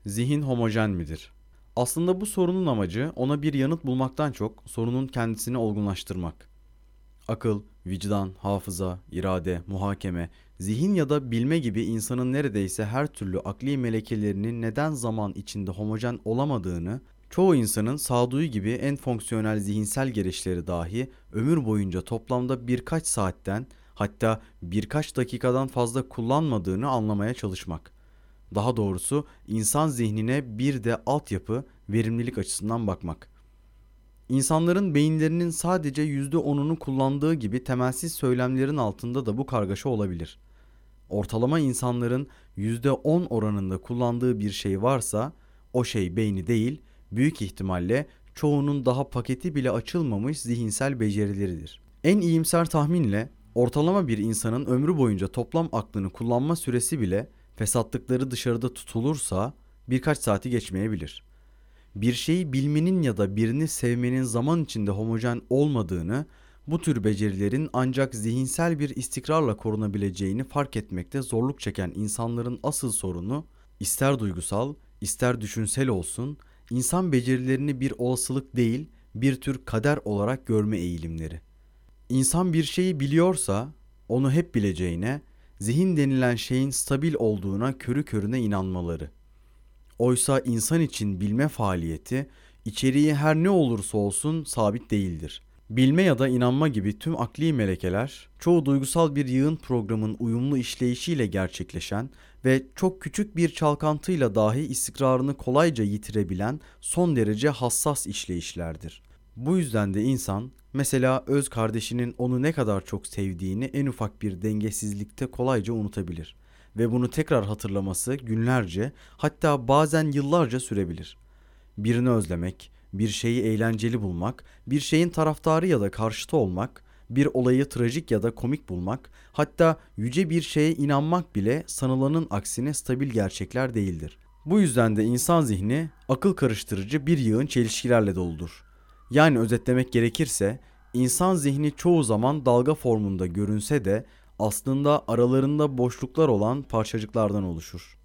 Zihin homojen midir? Aslında bu sorunun amacı ona bir yanıt bulmaktan çok sorunun kendisini olgunlaştırmak. Akıl, vicdan, hafıza, irade, muhakeme, zihin ya da bilme gibi insanın neredeyse her türlü akli melekelerinin neden zaman içinde homojen olamadığını, çoğu insanın sağduyu gibi en fonksiyonel zihinsel gelişleri dahi ömür boyunca toplamda birkaç saatten hatta birkaç dakikadan fazla kullanmadığını anlamaya çalışmak. Daha doğrusu insan zihnine bir de altyapı, verimlilik açısından bakmak. İnsanların beyinlerinin sadece %10'unu kullandığı gibi temelsiz söylemlerin altında da bu kargaşa olabilir. Ortalama insanların %10 oranında kullandığı bir şey varsa o şey beyni değil, büyük ihtimalle çoğunun daha paketi bile açılmamış zihinsel becerileridir. En iyimser tahminle ortalama bir insanın ömrü boyunca toplam aklını kullanma süresi bile fesatlıkları dışarıda tutulursa birkaç saati geçmeyebilir. Bir şeyi bilmenin ya da birini sevmenin zaman içinde homojen olmadığını, bu tür becerilerin ancak zihinsel bir istikrarla korunabileceğini fark etmekte zorluk çeken insanların asıl sorunu, ister duygusal, ister düşünsel olsun, insan becerilerini bir olasılık değil, bir tür kader olarak görme eğilimleri. İnsan bir şeyi biliyorsa, onu hep bileceğine, zihin denilen şeyin stabil olduğuna körü körüne inanmaları. Oysa insan için bilme faaliyeti, içeriği her ne olursa olsun sabit değildir. Bilme ya da inanma gibi tüm akli melekeler, çoğu duygusal bir yığın programın uyumlu işleyişiyle gerçekleşen ve çok küçük bir çalkantıyla dahi istikrarını kolayca yitirebilen son derece hassas işleyişlerdir. Bu yüzden de insan, mesela öz kardeşinin onu ne kadar çok sevdiğini en ufak bir dengesizlikte kolayca unutabilir ve bunu tekrar hatırlaması günlerce, hatta bazen yıllarca sürebilir. Birini özlemek, bir şeyi eğlenceli bulmak, bir şeyin taraftarı ya da karşıtı olmak, bir olayı trajik ya da komik bulmak, hatta yüce bir şeye inanmak bile sanılanın aksine stabil gerçekler değildir. Bu yüzden de insan zihni akıl karıştırıcı bir yığın çelişkilerle doludur. Yani özetlemek gerekirse, insan zihni çoğu zaman dalga formunda görünse de aslında aralarında boşluklar olan parçacıklardan oluşur.